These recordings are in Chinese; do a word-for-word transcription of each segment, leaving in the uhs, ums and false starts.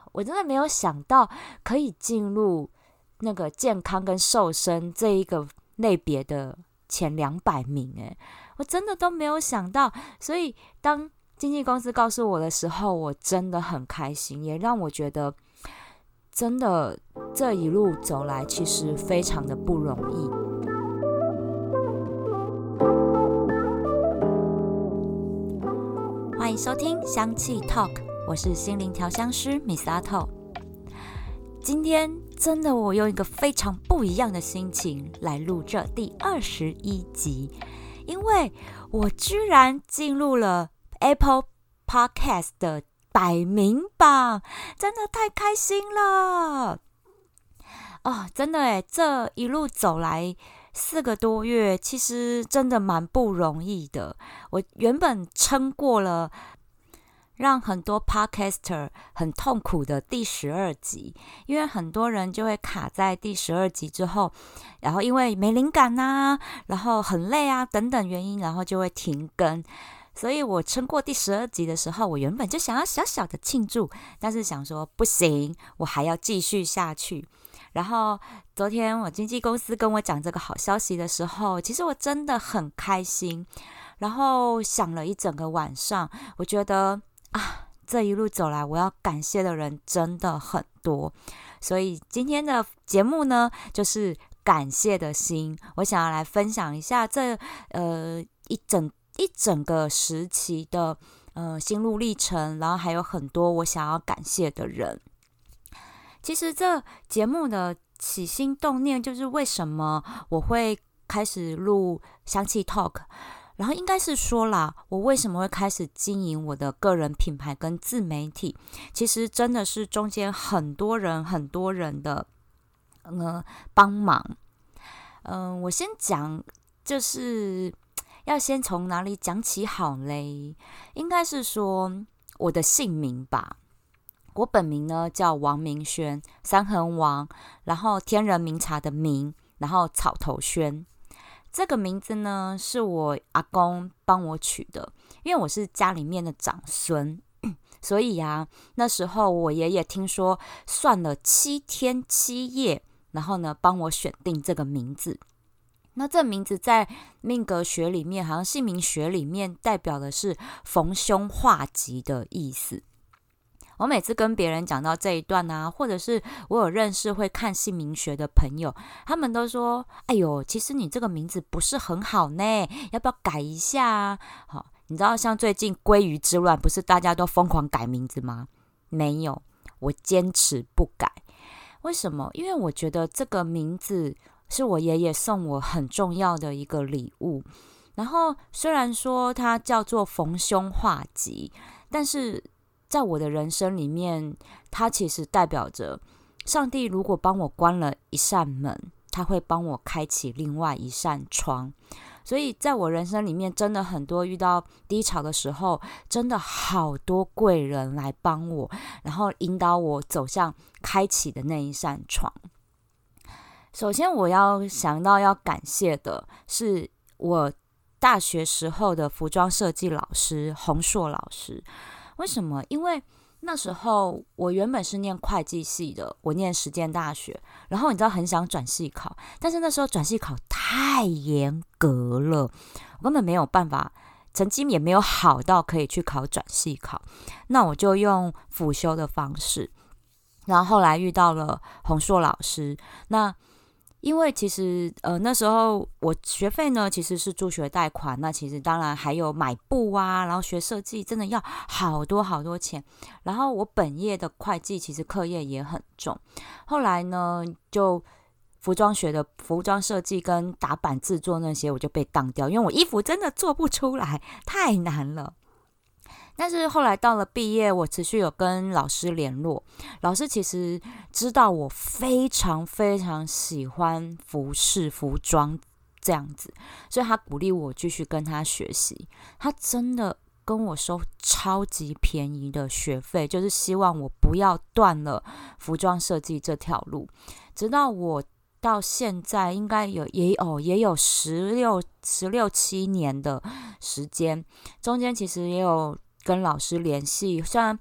我真的没有想到可以进入那个健康跟瘦身这一个类别的前两百名，诶，我真的都没有想到。所以当经纪公司告诉我的时候，我真的很开心，也让我觉得真的这一路走来其实非常的不容易。欢迎收听香气 Talk， 我是心灵调香师 Misato。 今天真的我用一个非常不一样的心情来录这第二十一集，因为我居然进入了 Apple Podcast 的百名榜，真的太开心了哦！真的耶，这一路走来四个多月，其实真的蛮不容易的。我原本撑过了让很多 podcaster 很痛苦的第十二集，因为很多人就会卡在第十二集之后，然后因为没灵感啊，然后很累啊等等原因，然后就会停更。所以我撑过第十二集的时候，我原本就想要小小的庆祝，但是想说不行，我还要继续下去。然后昨天我经纪公司跟我讲这个好消息的时候，其实我真的很开心，然后想了一整个晚上，我觉得啊，这一路走来我要感谢的人真的很多，所以今天的节目呢，就是感谢的心。我想要来分享一下这呃一整一整个时期的呃心路历程，然后还有很多我想要感谢的人。其实这节目的起心动念就是为什么我会开始录香气 Talk， 然后应该是说啦，我为什么会开始经营我的个人品牌跟自媒体，其实真的是中间很多人很多人的呃帮忙。嗯、呃，我先讲，就是要先从哪里讲起好嘞？应该是说我的姓名吧。我本名呢叫王明轩，三横王，然后天人茗茶的茗，然后草头轩。这个名字呢是我阿公帮我取的，因为我是家里面的长孙，所以啊，那时候我爷爷听说算了七天七夜，然后呢帮我选定这个名字。那这名字在命格学里面，好像姓名学里面代表的是逢凶化吉的意思。我每次跟别人讲到这一段啊，或者是我有认识会看姓名学的朋友，他们都说：“哎呦，其实你这个名字不是很好呢，要不要改一下啊？”好，你知道像最近鲑鱼之乱，不是大家都疯狂改名字吗？没有，我坚持不改。为什么？因为我觉得这个名字是我爷爷送我很重要的一个礼物。然后虽然说它叫做逢凶化吉，但是在我的人生里面，它其实代表着上帝如果帮我关了一扇门，他会帮我开启另外一扇窗。所以在我人生里面，真的很多遇到低潮的时候，真的好多贵人来帮我，然后引导我走向开启的那一扇窗。首先我要想到要感谢的是我大学时候的服装设计老师洪硕老师。为什么？因为那时候我原本是念会计系的，我念实践大学，然后你知道很想转系考，但是那时候转系考太严格了，我根本没有办法，成绩也没有好到可以去考转系考，那我就用辅修的方式。然后后来遇到了洪硕老师，那因为其实呃那时候我学费呢其实是助学贷款，那其实当然还有买布啊，然后学设计真的要好多好多钱，然后我本业的会计其实课业也很重，后来呢就服装学的服装设计跟打版制作那些我就被当掉，因为我衣服真的做不出来，太难了。但是后来到了毕业，我持续有跟老师联络，老师其实知道我非常非常喜欢服饰服装这样子，所以他鼓励我继续跟他学习，他真的跟我收超级便宜的学费，就是希望我不要断了服装设计这条路。直到我到现在应该有也有也有十六十六七年的时间，中间其实也有跟老师联系，虽然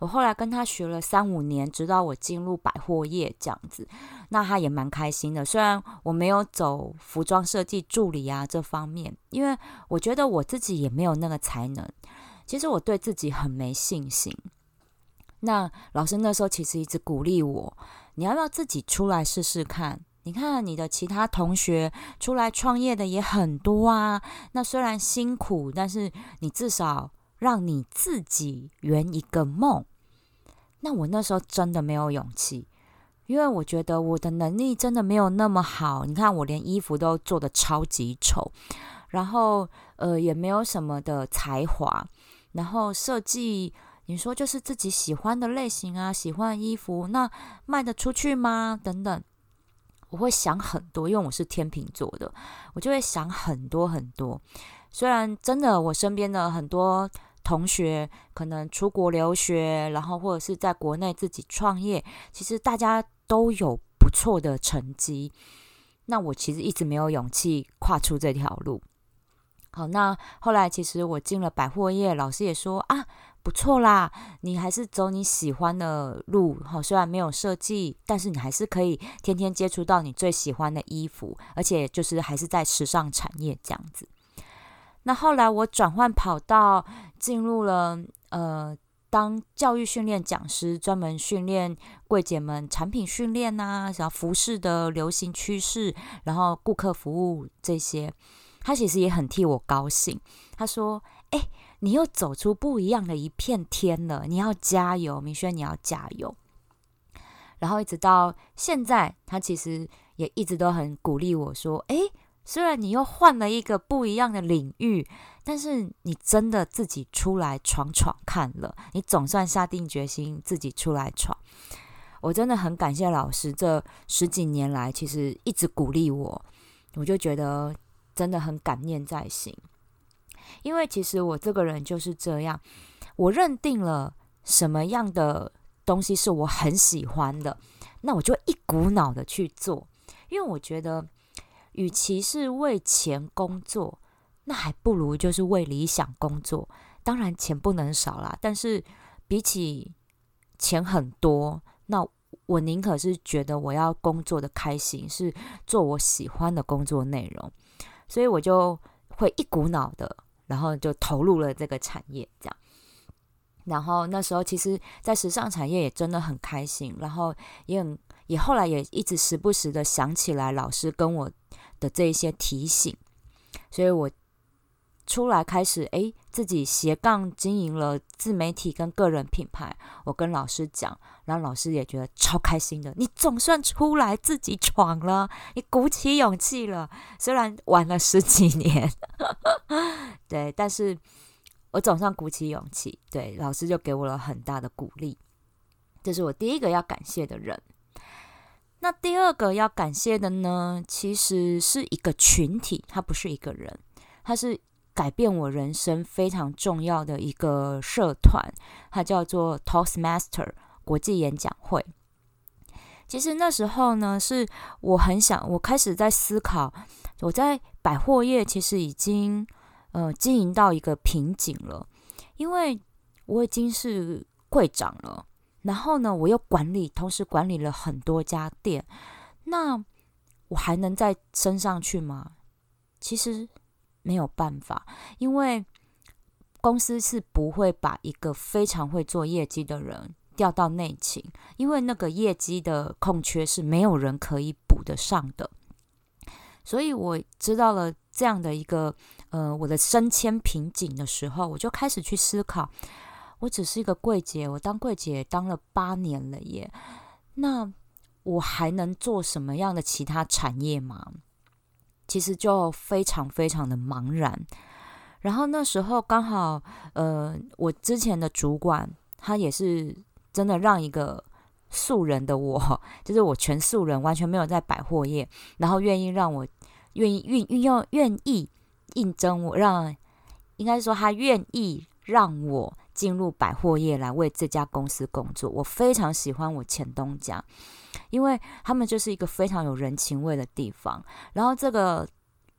我后来跟他学了三五年，直到我进入百货业这样子，那他也蛮开心的。虽然我没有走服装设计助理啊这方面，因为我觉得我自己也没有那个才能，其实我对自己很没信心。那老师那时候其实一直鼓励我，你要不要自己出来试试看？你看你的其他同学出来创业的也很多啊，那虽然辛苦，但是你至少让你自己圆一个梦。那我那时候真的没有勇气，因为我觉得我的能力真的没有那么好。你看我连衣服都做得超级丑，然后呃也没有什么的才华，然后设计你说就是自己喜欢的类型啊，喜欢的衣服，那卖得出去吗？等等，我会想很多，因为我是天秤座的，我就会想很多很多。虽然真的我身边的很多同学可能出国留学，然后或者是在国内自己创业，其实大家都有不错的成绩，那我其实一直没有勇气跨出这条路。好，那后来其实我进了百货业，老师也说啊，不错啦，你还是走你喜欢的路，虽然没有设计，但是你还是可以天天接触到你最喜欢的衣服，而且就是还是在时尚产业这样子。那后来我转换跑道，进入了呃当教育训练讲师，专门训练柜姐们产品训练啊，然后服饰的流行趋势，然后顾客服务这些。他其实也很替我高兴，他说哎、欸，你又走出不一样的一片天了，你要加油，明轩你要加油。然后一直到现在，他其实也一直都很鼓励我说，哎、欸，虽然你又换了一个不一样的领域，但是你真的自己出来闯闯看了，你总算下定决心自己出来闯。我真的很感谢老师这十几年来其实一直鼓励我，我就觉得真的很感念在心。因为其实我这个人就是这样，我认定了什么样的东西是我很喜欢的，那我就一股脑的去做。因为我觉得与其是为钱工作，那还不如就是为理想工作。当然钱不能少啦，但是比起钱很多，那我宁可是觉得我要工作的开心，是做我喜欢的工作内容，所以我就会一股脑的，然后就投入了这个产业这样。然后那时候其实在时尚产业也真的很开心，然后也很也后来也一直时不时的想起来老师跟我的这一些提醒，所以我出来开始诶自己斜杠经营了自媒体跟个人品牌。我跟老师讲，然后老师也觉得超开心的，你总算出来自己闯了，你鼓起勇气了，虽然晚了十几年对，但是我总算鼓起勇气，对，老师就给我了很大的鼓励，这是我第一个要感谢的人。那第二个要感谢的呢，其实是一个群体，它不是一个人，它是改变我人生非常重要的一个社团，它叫做 Toastmaster 国际演讲会。其实那时候呢，是我很想，我开始在思考，我在百货业其实已经呃经营到一个瓶颈了，因为我已经是柜长了，然后呢，我又管理，同时管理了很多家店，那我还能再升上去吗？其实没有办法，因为公司是不会把一个非常会做业绩的人调到内勤，因为那个业绩的空缺是没有人可以补得上的。所以我知道了这样的一个呃我的升迁瓶颈的时候，我就开始去思考，我只是一个柜姐，我当柜姐当了八年了耶，那我还能做什么样的其他产业吗？其实就非常非常的茫然。然后那时候刚好呃我之前的主管他也是真的让一个素人的我，就是我全素人，完全没有在百货业，然后愿意让我愿意运运用愿意应征我，让应该说他愿意让我进入百货业来为这家公司工作。我非常喜欢我前东家，因为他们就是一个非常有人情味的地方。然后这个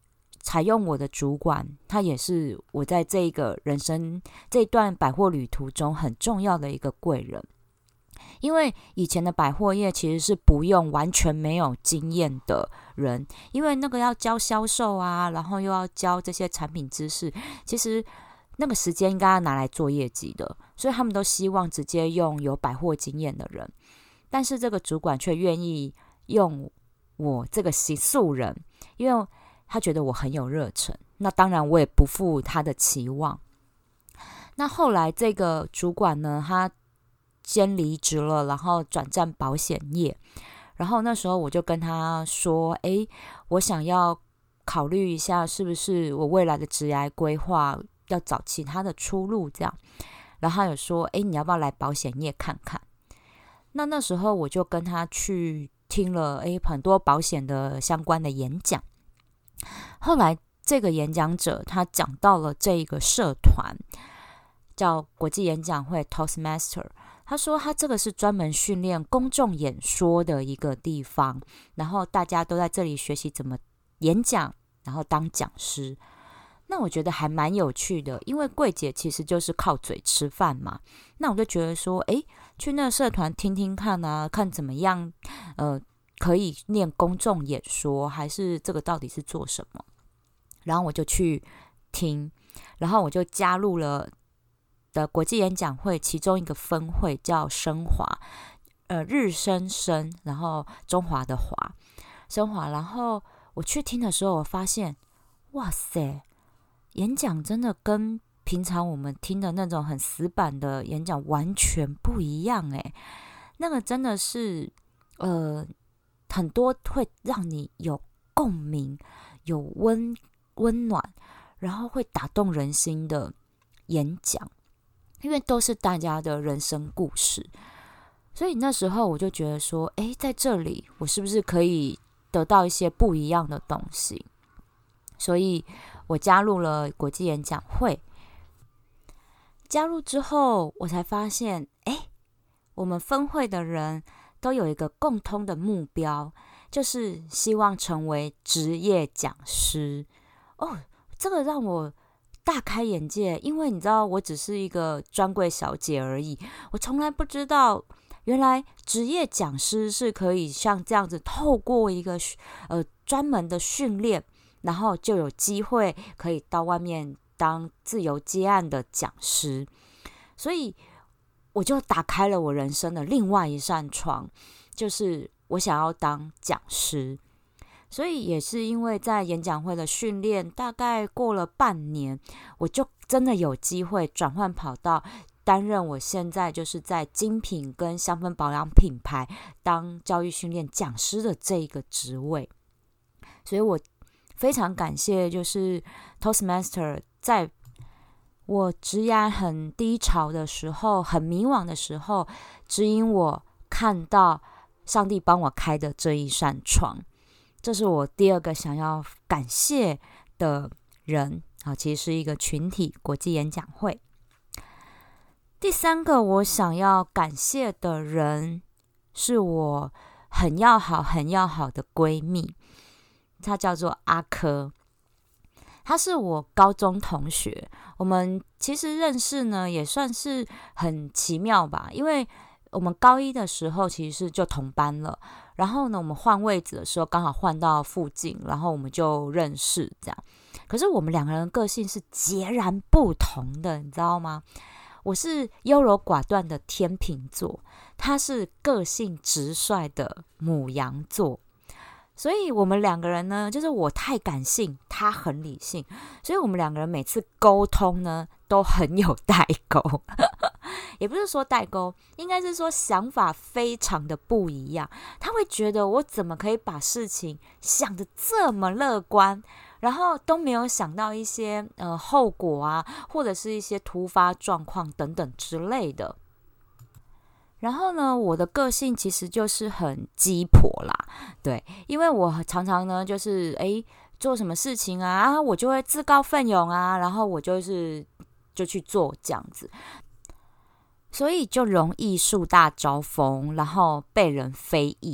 采用我的主管，他也是我在这个人生这段百货旅途中很重要的一个贵人。因为以前的百货业其实是不用完全没有经验的人，因为那个要教销售啊，然后又要教这些产品知识，其实那个时间应该要拿来做业绩的，所以他们都希望直接用有百货经验的人。但是这个主管却愿意用我这个素人，因为他觉得我很有热忱，那当然我也不负他的期望。那后来这个主管呢，他先离职了，然后转战保险业。然后那时候我就跟他说，诶，我想要考虑一下是不是我未来的职业规划要找其他的出路这样。然后他有说，诶，你要不要来保险业看看？那那时候我就跟他去听了诶很多保险的相关的演讲。后来这个演讲者他讲到了这个社团叫国际演讲会 Toastmaster， 他说他这个是专门训练公众演说的一个地方，然后大家都在这里学习怎么演讲，然后当讲师。那我觉得还蛮有趣的，因为柜姐其实就是靠嘴吃饭嘛。那我就觉得说，诶，去那个社团听听看啊，看怎么样，呃，可以练公众演说，还是这个到底是做什么？然后我就去听，然后我就加入了的国际演讲会其中一个分会叫升华，呃，日升升，然后中华的华，升华。然后我去听的时候，我发现，哇塞！演讲真的跟平常我们听的那种很死板的演讲完全不一样诶，那个真的是呃很多会让你有共鸣、有温温暖，然后会打动人心的演讲，因为都是大家的人生故事。所以那时候我就觉得说，诶，在这里我是不是可以得到一些不一样的东西？所以我加入了国际演讲会。加入之后，我才发现，哎，我们分会的人都有一个共通的目标，就是希望成为职业讲师。哦，这个让我大开眼界，因为你知道，我只是一个专柜小姐而已，我从来不知道，原来职业讲师是可以像这样子，透过一个呃专门的训练。然后就有机会可以到外面当自由接案的讲师，所以我就打开了我人生的另外一扇窗，就是我想要当讲师。所以也是因为在演讲会的训练，大概过了半年，我就真的有机会转换跑道，担任我现在就是在精品跟香氛保养品牌当教育训练讲师的这一个职位。所以我非常感谢，就是 Toastmaster 在我职涯很低潮的时候、很迷惘的时候，指引我看到上帝帮我开的这一扇窗。这是我第二个想要感谢的人，其实是一个群体国际演讲会。第三个我想要感谢的人，是我很要好、很要好的闺蜜。他叫做阿珂，他是我高中同学。我们其实认识呢，也算是很奇妙吧，因为我们高一的时候其实是就同班了，然后呢，我们换位置的时候刚好换到附近，然后我们就认识这样。可是我们两个人的个性是截然不同的，你知道吗？我是优柔寡断的天秤座，他是个性直率的牡羊座。所以我们两个人呢，就是我太感性，他很理性，所以我们两个人每次沟通呢都很有代沟也不是说代沟，应该是说想法非常的不一样。他会觉得我怎么可以把事情想得这么乐观，然后都没有想到一些呃后果啊，或者是一些突发状况等等之类的。然后呢，我的个性其实就是很鸡婆啦，对，因为我常常呢就是诶做什么事情啊，啊我就会自告奋勇啊，然后我就是就去做这样子，所以就容易树大招风，然后被人非议。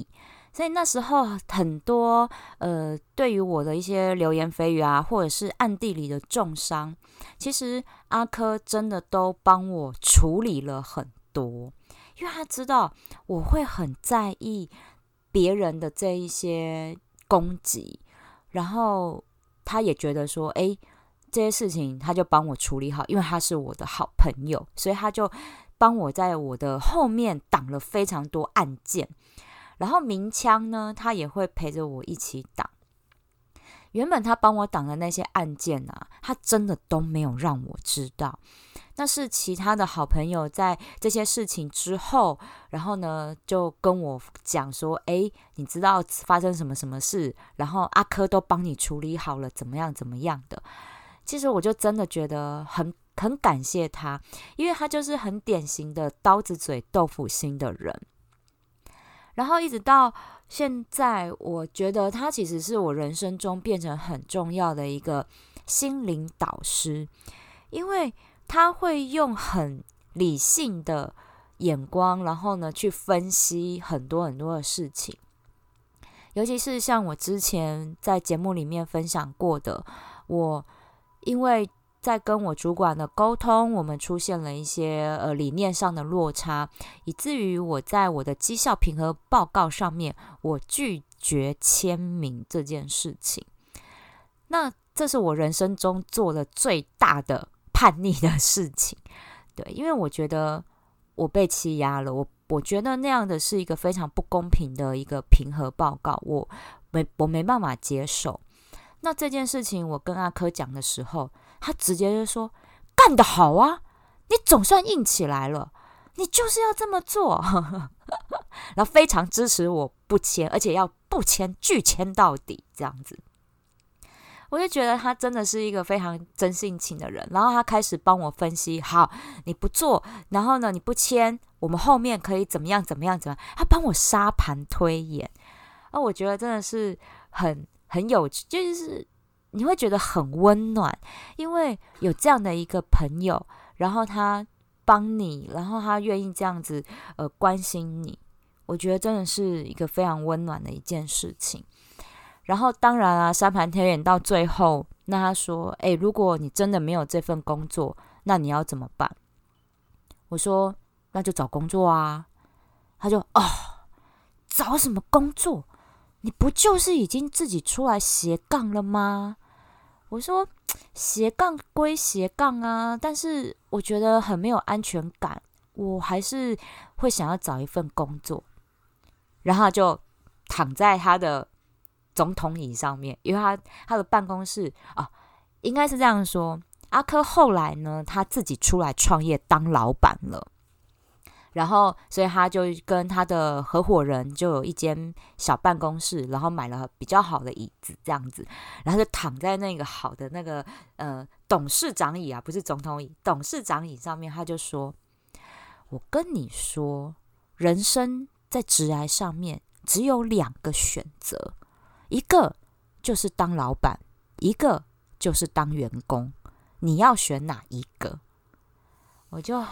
所以那时候很多呃，对于我的一些流言蜚语啊，或者是暗地里的重伤，其实阿珂真的都帮我处理了很多，因为他知道我会很在意别人的这一些攻击，然后他也觉得说，哎，这些事情他就帮我处理好，因为他是我的好朋友，所以他就帮我在我的后面挡了非常多案件。然后鸣枪呢，他也会陪着我一起挡。原本他帮我挡的那些案件啊，他真的都没有让我知道。那是其他的好朋友在这些事情之后，然后呢就跟我讲说，诶，你知道发生什么什么事，然后阿珂都帮你处理好了，怎么样怎么样的。其实我就真的觉得很很感谢他，因为他就是很典型的刀子嘴豆腐心的人。然后一直到现在，我觉得他其实是我人生中变成很重要的一个心灵导师，因为他会用很理性的眼光，然后呢去分析很多很多的事情。尤其是像我之前在节目里面分享过的，我因为在跟我主管的沟通，我们出现了一些呃理念上的落差，以至于我在我的绩效评核报告上面，我拒绝签名这件事情。那这是我人生中做了最大的叛逆的事情，对，因为我觉得我被欺压了，我我觉得那样的是一个非常不公平的一个评核报告，我没我没办法接受。那这件事情我跟阿珂讲的时候，他直接就说，干得好啊，你总算硬起来了，你就是要这么做然后非常支持我不签，而且要不签拒签到底这样子。我就觉得他真的是一个非常真性情的人，然后他开始帮我分析，好，你不做，然后呢你不签，我们后面可以怎么样怎么样怎么样，他帮我沙盘推演。啊，我觉得真的是很很有趣，就是你会觉得很温暖，因为有这样的一个朋友，然后他帮你，然后他愿意这样子呃关心你，我觉得真的是一个非常温暖的一件事情。然后当然啊，沙盘推演到最后，那他说，诶，如果你真的没有这份工作，那你要怎么办？我说那就找工作啊。他就哦，找什么工作？你不就是已经自己出来斜杠了吗？我说斜杠归斜杠啊，但是我觉得很没有安全感，我还是会想要找一份工作。然后他就躺在他的总统椅上面，因为他他的办公室啊，应该是这样说。阿珂后来呢，他自己出来创业当老板了。然后所以他就跟他的合伙人就有一间小办公室，然后买了比较好的椅子这样子，然后就躺在那个好的那个呃董事长椅啊，不是总统椅，董事长椅上面，他就说，我跟你说，人生在职涯上面只有两个选择，一个就是当老板，一个就是当员工，你要选哪一个？我就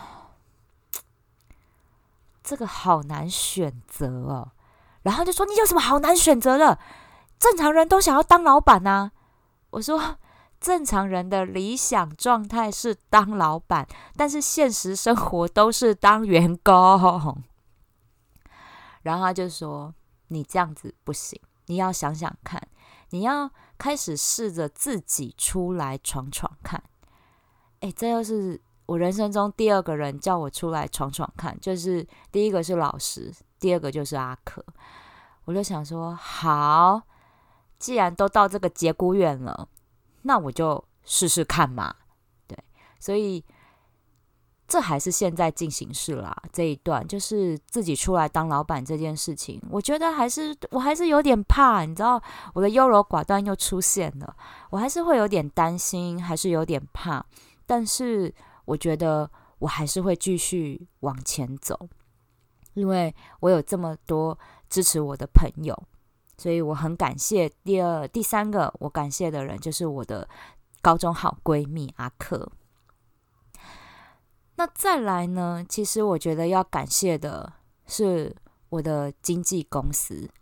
这个好难选择哦。然后就说，你有什么好难选择的？正常人都想要当老板啊。我说正常人的理想状态是当老板，但是现实生活都是当员工。然后他就说，你这样子不行，你要想想看，你要开始试着自己出来闯闯看。诶，这又是我人生中第二个人叫我出来闯闯看，就是第一个是老师，第二个就是阿珂。我就想说，好，既然都到这个节骨眼了，那我就试试看嘛。对，所以这还是现在进行式啦。这一段就是自己出来当老板这件事情，我觉得还是我还是有点怕，你知道，我的优柔寡断又出现了，我还是会有点担心，还是有点怕。但是我觉得我还是会继续往前走，因为我有这么多支持我的朋友，所以我很感谢。第二、第三个我感谢的人就是我的高中好闺蜜阿珂。那再来呢，其实我觉得要感谢的是我的经纪公司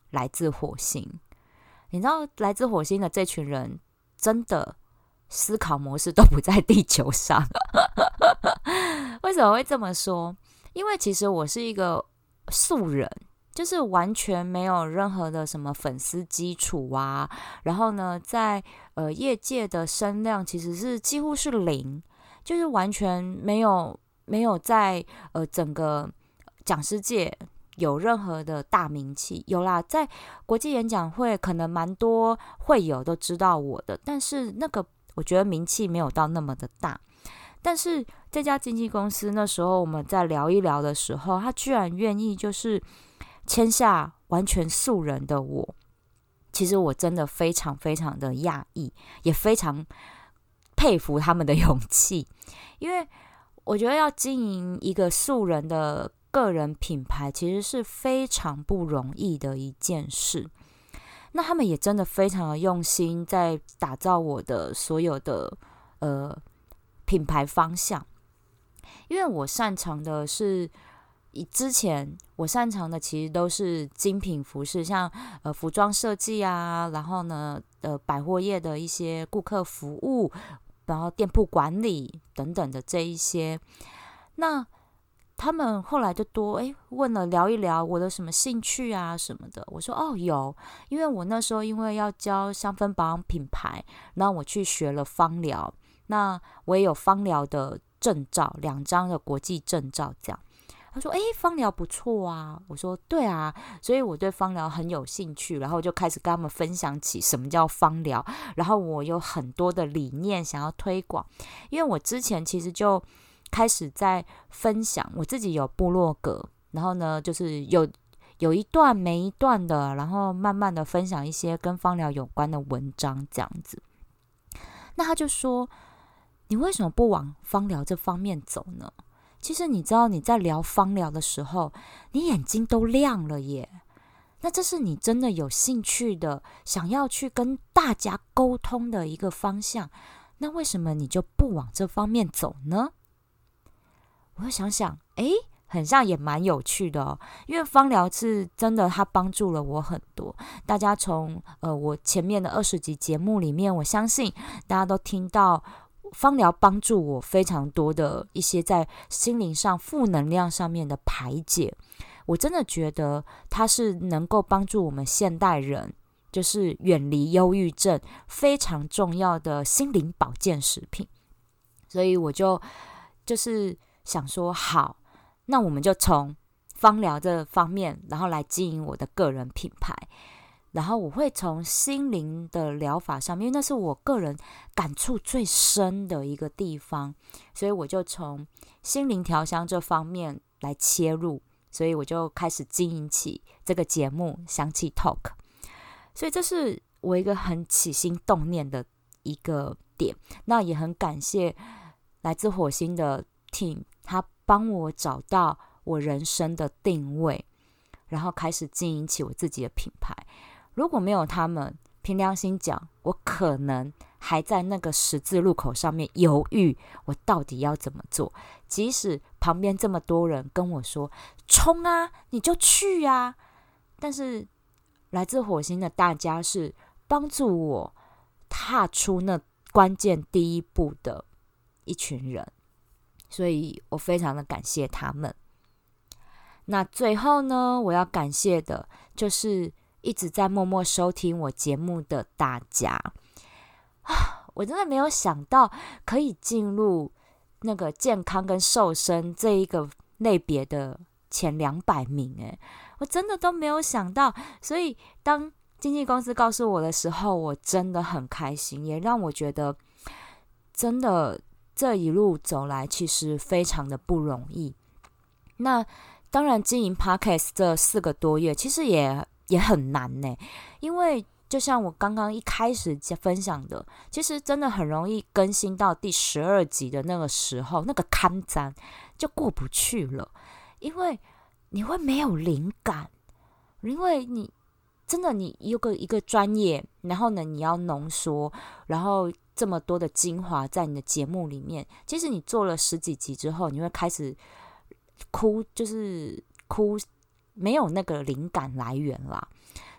来自火星。你知道来自火星的这群人真的思考模式都不在地球上。为什么会这么说？因为其实我是一个素人，就是完全没有任何的什么粉丝基础啊，然后呢在呃业界的声量其实是几乎是零，就是完全没有没有在呃整个讲师界有任何的大名气。有啦，在国际演讲会可能蛮多会友都知道我的，但是那个我觉得名气没有到那么的大。但是这家经纪公司那时候我们在聊一聊的时候，他居然愿意就是签下完全素人的我，其实我真的非常非常的讶异，也非常佩服他们的勇气。因为我觉得要经营一个素人的个人品牌其实是非常不容易的一件事。那他们也真的非常的用心在打造我的所有的呃品牌方向。因为我擅长的是之前我擅长的其实都是精品服饰，像呃服装设计啊，然后呢呃百货业的一些顾客服务，然后店铺管理等等的这一些。那他们后来就多哎问了聊一聊我的什么兴趣啊什么的。我说哦有，因为我那时候因为要教香氛保养品牌，然后我去学了芳疗，那我也有芳疗的证照，两张的国际证照这样。他说：“哎，芳疗不错啊。”我说：“对啊，所以我对芳疗很有兴趣。”然后就开始跟他们分享起什么叫芳疗，然后我有很多的理念想要推广。因为我之前其实就开始在分享，我自己有部落格，然后呢，就是有有一段没一段的，然后慢慢的分享一些跟芳疗有关的文章这样子。那他就说：“你为什么不往芳疗这方面走呢？”其实你知道你在聊芳疗的时候，你眼睛都亮了耶。那这是你真的有兴趣的，想要去跟大家沟通的一个方向。那为什么你就不往这方面走呢？我就想想，诶，很像也蛮有趣的哦。因为芳疗是真的，它帮助了我很多。大家从呃我前面的二十集节目里面，我相信大家都听到。芳疗帮助我非常多的一些在心灵上负能量上面的排解，我真的觉得它是能够帮助我们现代人就是远离忧郁症非常重要的心灵保健食品。所以我就就是想说，好，那我们就从芳疗这方面然后来经营我的个人品牌。然后我会从心灵的疗法上面，因为那是我个人感触最深的一个地方，所以我就从心灵调香这方面来切入，所以我就开始经营起这个节目香气 Talk。 所以这是我一个很起心动念的一个点。那也很感谢来自火星的 team， 他帮我找到我人生的定位，然后开始经营起我自己的品牌。如果没有他们，凭良心讲，我可能还在那个十字路口上面犹豫，我到底要怎么做。即使旁边这么多人跟我说冲啊，你就去啊，但是来自火星的大家是帮助我踏出那关键第一步的一群人，所以我非常的感谢他们。那最后呢，我要感谢的就是一直在默默收听我节目的大家啊！我真的没有想到可以进入那个健康跟瘦身这一个类别的前两百名，诶，我真的都没有想到。所以当经纪公司告诉我的时候，我真的很开心，也让我觉得真的这一路走来其实非常的不容易。那当然经营 Podcast 这四个多月其实也也很难呢，因为就像我刚刚一开始分享的，其实真的很容易更新到第十二集的那个时候，那个坎站就过不去了，因为你会没有灵感，因为你真的你有个一个专业，然后呢你要浓缩，然后这么多的精华在你的节目里面，其实你做了十几集之后，你会开始哭，就是哭没有那个灵感来源啦。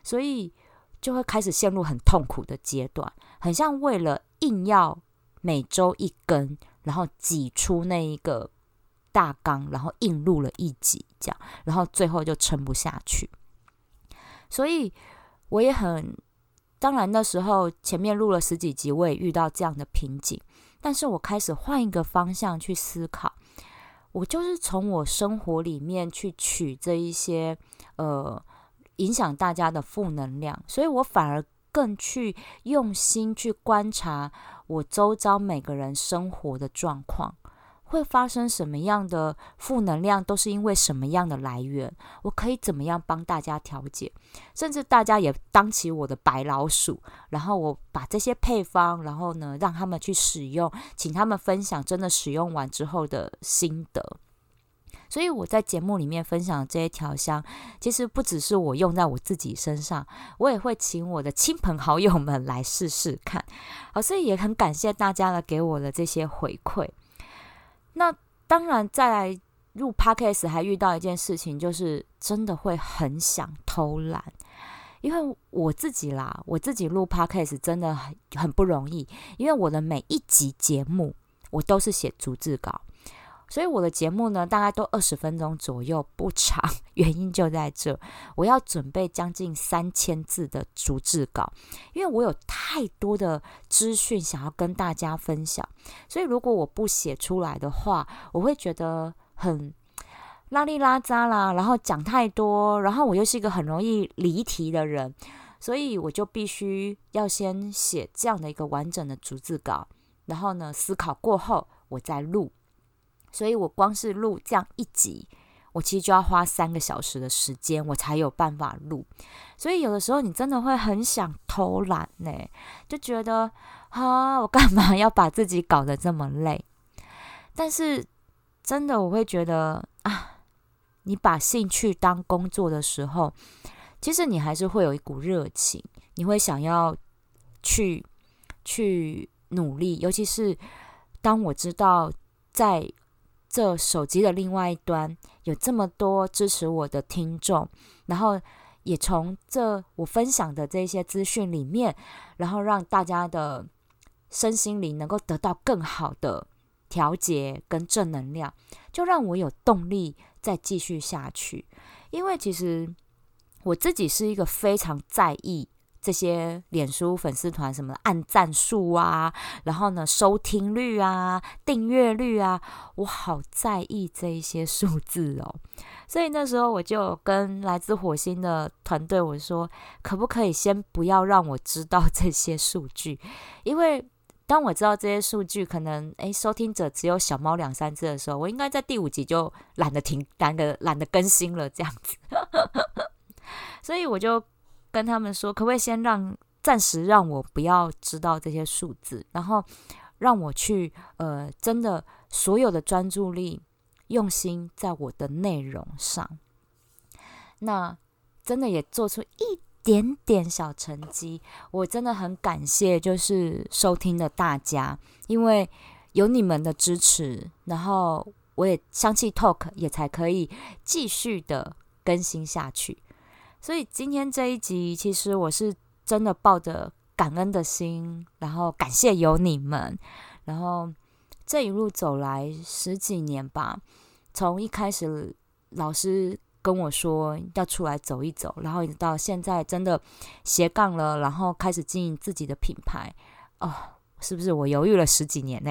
所以就会开始陷入很痛苦的阶段，很像为了硬要每周一更，然后挤出那一个大纲，然后硬录了一集这样，然后最后就撑不下去。所以我也很，当然那时候前面录了十几集，我也遇到这样的瓶颈，但是我开始换一个方向去思考，我就是从我生活里面去取这一些呃影响大家的负能量，所以我反而更去用心去观察我周遭每个人生活的状况，会发生什么样的负能量，都是因为什么样的来源，我可以怎么样帮大家调节，甚至大家也当起我的白老鼠，然后我把这些配方，然后呢让他们去使用，请他们分享真的使用完之后的心得。所以我在节目里面分享的这些调香，其实不只是我用在我自己身上，我也会请我的亲朋好友们来试试看。好，所以也很感谢大家的给我的这些回馈。那当然再来录 Podcast 还遇到一件事情，就是真的会很想偷懒。因为我自己啦，我自己录 Podcast 真的很很不容易，因为我的每一集节目我都是写逐字稿，所以我的节目呢大概都二十分钟左右，不长，原因就在这，我要准备将近三千字的逐字稿，因为我有太多的资讯想要跟大家分享，所以如果我不写出来的话，我会觉得很拉里拉扎啦，然后讲太多，然后我又是一个很容易离题的人，所以我就必须要先写这样的一个完整的逐字稿，然后呢思考过后我再录。所以我光是录这样一集，我其实就要花三个小时的时间，我才有办法录。所以有的时候你真的会很想偷懒呢，就觉得啊，我干嘛要把自己搞得这么累？但是真的我会觉得啊，你把兴趣当工作的时候，其实你还是会有一股热情，你会想要去去努力。尤其是当我知道在这手机的另外一端有这么多支持我的听众，然后也从这我分享的这些资讯里面，然后让大家的身心灵能够得到更好的调节跟正能量，就让我有动力再继续下去。因为其实我自己是一个非常在意这些脸书粉丝团什么的按赞数啊，然后呢收听率啊、订阅率啊，我好在意这一些数字哦。所以那时候我就跟来自火星的团队我说，可不可以先不要让我知道这些数据，因为当我知道这些数据可能诶收听者只有小猫两三只的时候，我应该在第五集就懒得停懒得懒得更新了这样子所以我就跟他们说，可不可以先让暂时让我不要知道这些数字，然后让我去呃真的所有的专注力用心在我的内容上。那真的也做出一点点小成绩，我真的很感谢就是收听的大家，因为有你们的支持，然后我也香气 Talk 也才可以继续的更新下去。所以今天这一集其实我是真的抱着感恩的心，然后感谢有你们，然后这一路走来十几年吧，从一开始老师跟我说要出来走一走，然后一直到现在真的斜杠了，然后开始经营自己的品牌哦，是不是我犹豫了十几年呢？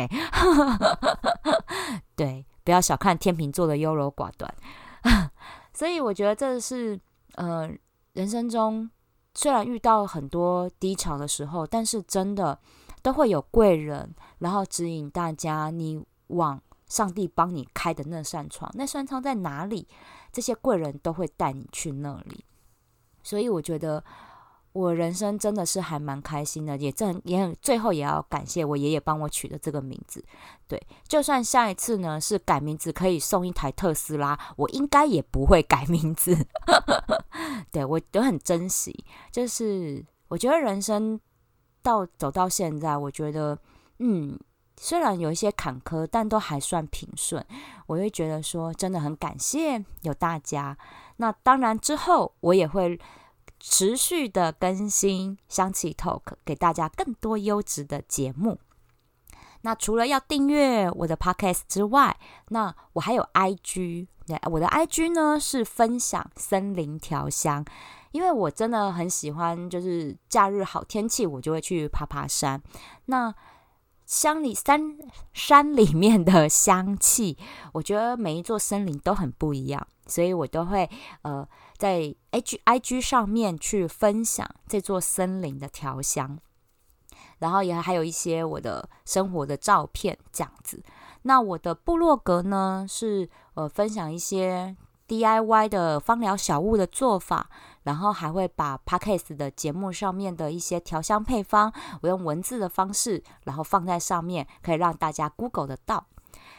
对，不要小看天秤座的优柔寡断所以我觉得这是呃，人生中虽然遇到很多低潮的时候，但是真的都会有贵人，然后指引大家你往上帝帮你开的那扇窗，那扇窗在哪里，这些贵人都会带你去那里。所以我觉得我人生真的是还蛮开心的，也正也很最后也要感谢我爷爷帮我取的这个名字。对，就算下一次呢是改名字可以送一台特斯拉，我应该也不会改名字对，我都很珍惜，就是我觉得人生到走到现在，我觉得嗯虽然有一些坎坷，但都还算平顺。我会觉得说真的很感谢有大家。那当然之后我也会持续的更新香气 Talk， 给大家更多优质的节目。那除了要订阅我的 Podcast 之外，那我还有 I G， 我的 I G 呢是分享森林调香，因为我真的很喜欢，就是假日好天气我就会去爬爬山。那山里山山里面的香气，我觉得每一座森林都很不一样，所以我都会呃在 I G 上面去分享这座森林的调香，然后也还有一些我的生活的照片这样子。那我的部落格呢是呃分享一些 D I Y 的芳疗小物的做法，然后还会把 Podcast 的节目上面的一些调香配方，我用文字的方式，然后放在上面，可以让大家 Google 得到。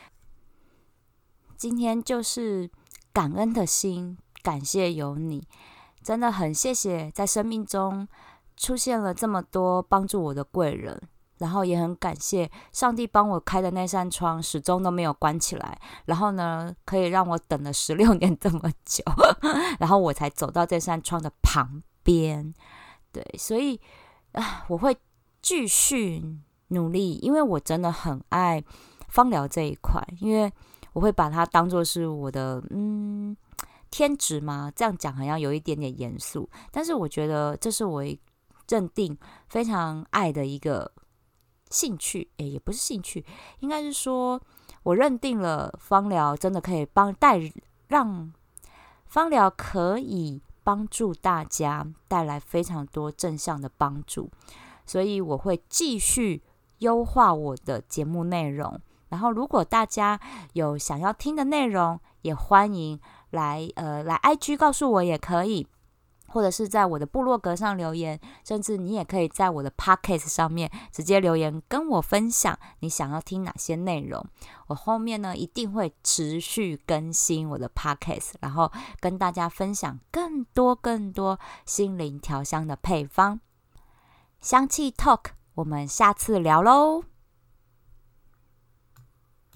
今天就是感恩的心，感谢有你，真的很谢谢在生命中出现了这么多帮助我的贵人，然后也很感谢上帝帮我开的那扇窗始终都没有关起来，然后呢可以让我等了十六年这么久然后我才走到这扇窗的旁边。对，所以、啊、我会继续努力，因为我真的很爱芳疗这一块，因为我会把它当作是我的嗯天职嘛，这样讲好像有一点点严肃，但是我觉得这是我认定非常爱的一个兴趣，诶，也不是兴趣，应该是说我认定了芳疗真的可以帮带让芳疗可以帮助大家带来非常多正向的帮助，所以我会继续优化我的节目内容。然后如果大家有想要听的内容，也欢迎来呃来 I G 告诉我也可以，或者是在我的部落格上留言，甚至你也可以在我的 Podcast 上面直接留言跟我分享你想要听哪些内容。我后面呢一定会持续更新我的 Podcast， 然后跟大家分享更多更多心灵调香的配方。香气 Talk， 我们下次聊咯。